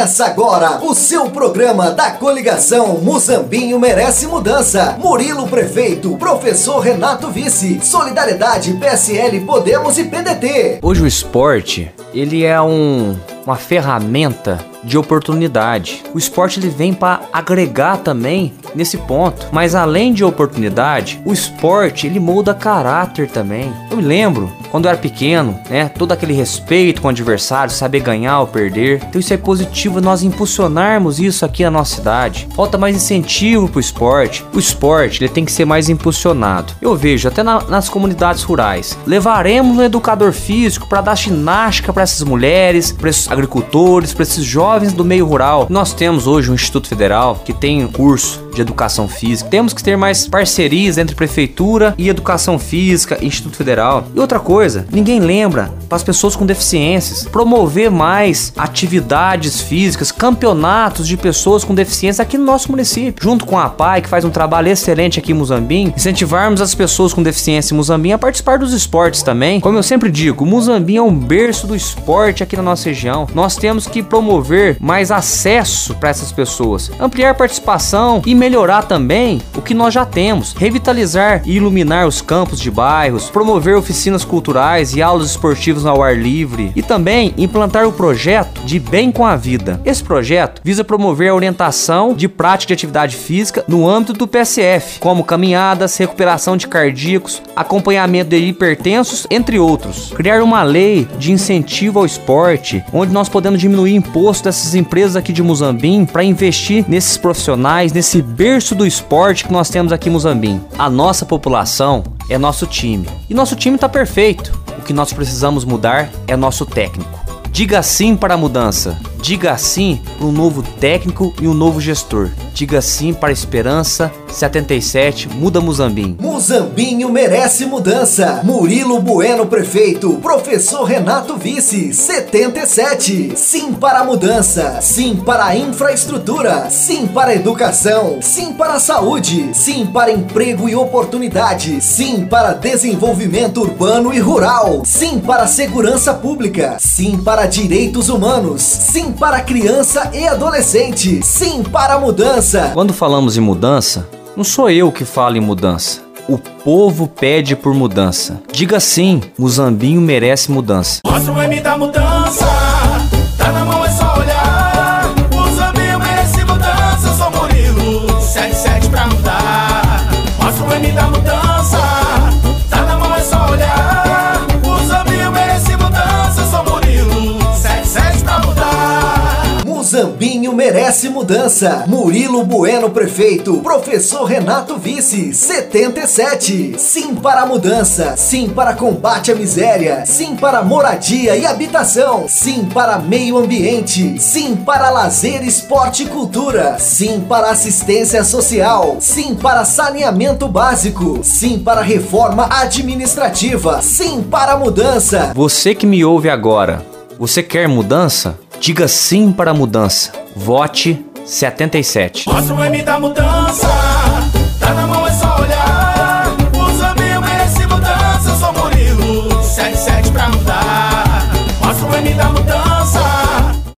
Começa agora o seu programa da coligação Muzambinho Merece Mudança. Murilo Prefeito, Professor Renato Vice, Solidariedade, PSL, Podemos e PDT. Hoje o esporte, ele é uma ferramenta de oportunidade. O esporte ele vem para agregar também nesse ponto. Mas além de oportunidade, o esporte ele molda caráter também. Eu me lembro quando eu era pequeno, né? Todo aquele respeito com o adversário, saber ganhar ou perder. Então isso é positivo nós impulsionarmos isso aqui na nossa cidade. Falta mais incentivo pro esporte. O esporte ele tem que ser mais impulsionado. Eu vejo até nas comunidades rurais. Levaremos um educador físico para dar ginástica para essas mulheres, para esses agricultores, para esses jovens do meio rural. Nós temos hoje um Instituto Federal que tem um curso de educação física. Temos que ter mais parcerias entre prefeitura e educação física e Instituto Federal. E outra coisa, ninguém lembra para as pessoas com deficiências, promover mais atividades físicas, campeonatos de pessoas com deficiência aqui no nosso município. Junto com a APAI, que faz um trabalho excelente aqui em Muzambinho, incentivarmos as pessoas com deficiência em Muzambinho a participar dos esportes também. Como eu sempre digo, Muzambinho é um berço do esporte aqui na nossa região. Nós temos que promover mais acesso para essas pessoas, ampliar participação e melhorar também o que nós já temos, revitalizar e iluminar os campos de bairros, promover oficinas culturais e aulas esportivas ao ar livre e também implantar o projeto de Bem com a Vida. Esse projeto visa promover a orientação de prática de atividade física no âmbito do PSF, como caminhadas, recuperação de cardíacos, acompanhamento de hipertensos, entre outros. Criar uma lei de incentivo ao esporte, onde nós podemos diminuir o imposto dessas empresas aqui de Muzambinho para investir nesses profissionais, nesse berço do esporte que nós temos aqui em Muzambinho. A nossa população é nosso time. E nosso time está perfeito. O que nós precisamos mudar é nosso técnico. Diga sim para a mudança. Diga sim para um novo técnico e um novo gestor. Diga sim para a Esperança 77, muda Muzambinho. Muzambinho merece mudança. Murilo Bueno Prefeito, Professor Renato Vice 77. Sim para a mudança. Sim para a infraestrutura. Sim para a educação. Sim para a saúde. Sim para emprego e oportunidade. Sim para desenvolvimento urbano e rural. Sim para a segurança pública. Sim para direitos humanos. Sim para criança e adolescente. Sim para a mudança. Quando falamos em mudança, não sou eu que falo em mudança. O povo pede por mudança. Diga sim, Muzambinho merece mudança. Mostra o M da mudança. Tá na mão, é só olhar. Muzambinho merece mudança. Sou Murilo 77 pra mudar. Mostra o M da mudança. Tá na mão, é só olhar. Muzambinho merece mudança. Sou Murilo 77 pra mudar. Muzambinho merece mudança. Murilo Bueno Prefeito, Professor Renato Vice 77. Sim para a mudança. Sim para combate à miséria. Sim para moradia e habitação. Sim para meio ambiente. Sim para lazer, esporte e cultura. Sim para assistência social. Sim para saneamento básico. Sim para reforma administrativa. Sim para a mudança. Você que me ouve agora, você quer mudança? Diga sim para a mudança. Vote 77. Mostra o M da mudança. Tá na mão, é só